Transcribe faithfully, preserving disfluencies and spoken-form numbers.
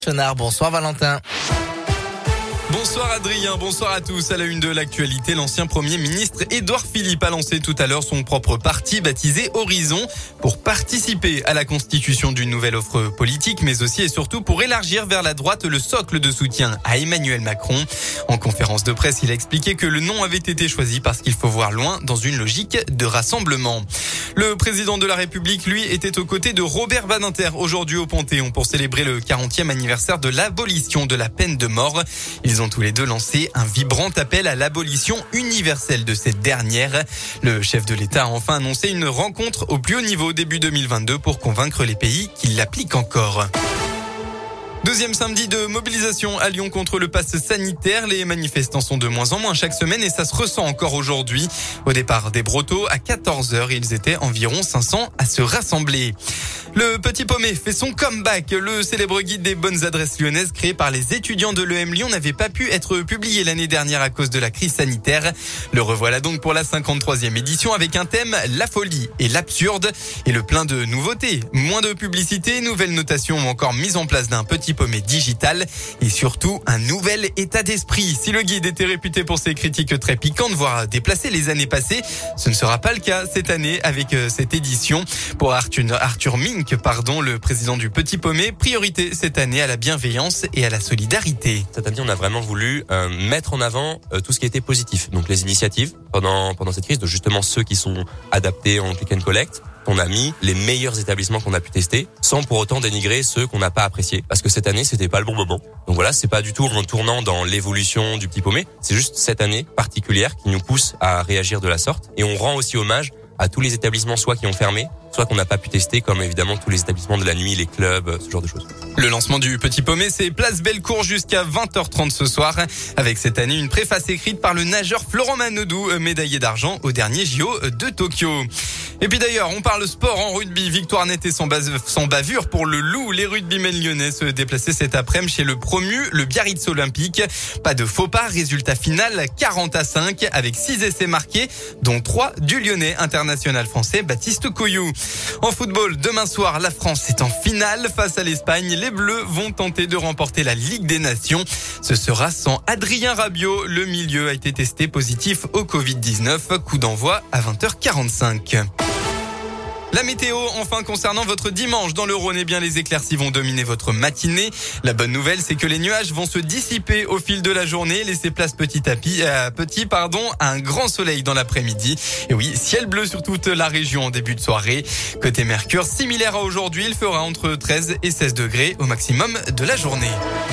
Chenard, bonsoir Valentin. Bonsoir Adrien, bonsoir à tous. À la une de l'actualité, l'ancien Premier ministre Édouard Philippe a lancé tout à l'heure son propre parti baptisé Horizon pour participer à la constitution d'une nouvelle offre politique, mais aussi et surtout pour élargir vers la droite le socle de soutien à Emmanuel Macron. En conférence de presse, il a expliqué que le nom avait été choisi parce qu'il faut voir loin dans une logique de rassemblement. Le président de la République, lui, était aux côtés de Robert Badinter aujourd'hui au Panthéon pour célébrer le quarantième anniversaire de l'abolition de la peine de mort. Ils ont tous les deux lancé un vibrant appel à l'abolition universelle de cette dernière. Le chef de l'État a enfin annoncé une rencontre au plus haut niveau début deux mille vingt-deux pour convaincre les pays qui l'appliquent encore. Deuxième samedi de mobilisation à Lyon contre le pass sanitaire. Les manifestants sont de moins en moins chaque semaine et ça se ressent encore aujourd'hui. Au départ des Brotteaux, à quatorze heures, ils étaient environ cinq cents à se rassembler. Le Petit Paumé fait son comeback. Le célèbre guide des bonnes adresses lyonnaises créé par les étudiants de l'E M Lyon n'avait pas pu être publié l'année dernière à cause de la crise sanitaire. Le revoilà donc pour la cinquante-troisième édition avec un thème, la folie et l'absurde et le plein de nouveautés. Moins de publicité, nouvelles notations ou encore mise en place d'un Petit Paumé digital et surtout un nouvel état d'esprit. Si le guide était réputé pour ses critiques très piquantes, voire déplacées les années passées, ce ne sera pas le cas cette année avec cette édition. Pour Arthur, Arthur Mink, pardon, le président du Petit Paumé, priorité cette année à la bienveillance et à la solidarité. Cette année, on a vraiment voulu euh, mettre en avant euh, tout ce qui était positif. Donc les initiatives pendant pendant cette crise, de justement ceux qui sont adaptés en click and collect. On a mis les meilleurs établissements qu'on a pu tester, sans pour autant dénigrer ceux qu'on n'a pas appréciés. Parce que cette année, c'était pas le bon moment. Donc voilà, c'est pas du tout un tournant dans l'évolution du Petit Paumé. C'est juste cette année particulière qui nous pousse à réagir de la sorte. Et on rend aussi hommage à tous les établissements, soit qui ont fermé, soit qu'on n'a pas pu tester, comme évidemment tous les établissements de la nuit, les clubs, ce genre de choses. Le lancement du Petit Paumé, c'est Place Bellecour jusqu'à vingt heures trente ce soir, avec cette année une préface écrite par le nageur Florent Manodou, médaillé d'argent au dernier J O de Tokyo. Et puis d'ailleurs, on parle sport en rugby. Victoire nette et sans, base, sans bavure pour le Loup. Les rugbymen lyonnais se déplaçaient cet après-midi chez le promu, le Biarritz Olympique. Pas de faux pas, résultat final quarante à cinq avec six essais marqués, dont trois du Lyonnais international français Baptiste Coyoux. En football, demain soir, la France est en finale face à l'Espagne. Les Bleus vont tenter de remporter la Ligue des Nations. Ce sera sans Adrien Rabiot. Le milieu a été testé positif au covid dix-neuf. Coup d'envoi à vingt heures quarante-cinq. La météo, enfin, concernant votre dimanche dans le Rhône, eh bien, les éclaircies vont dominer votre matinée. La bonne nouvelle, c'est que les nuages vont se dissiper au fil de la journée, laisser place petit à petit, euh, petit, pardon, à un grand soleil dans l'après-midi. Et oui, ciel bleu sur toute la région en début de soirée. Côté Mercure, similaire à aujourd'hui, il fera entre treize et seize degrés au maximum de la journée.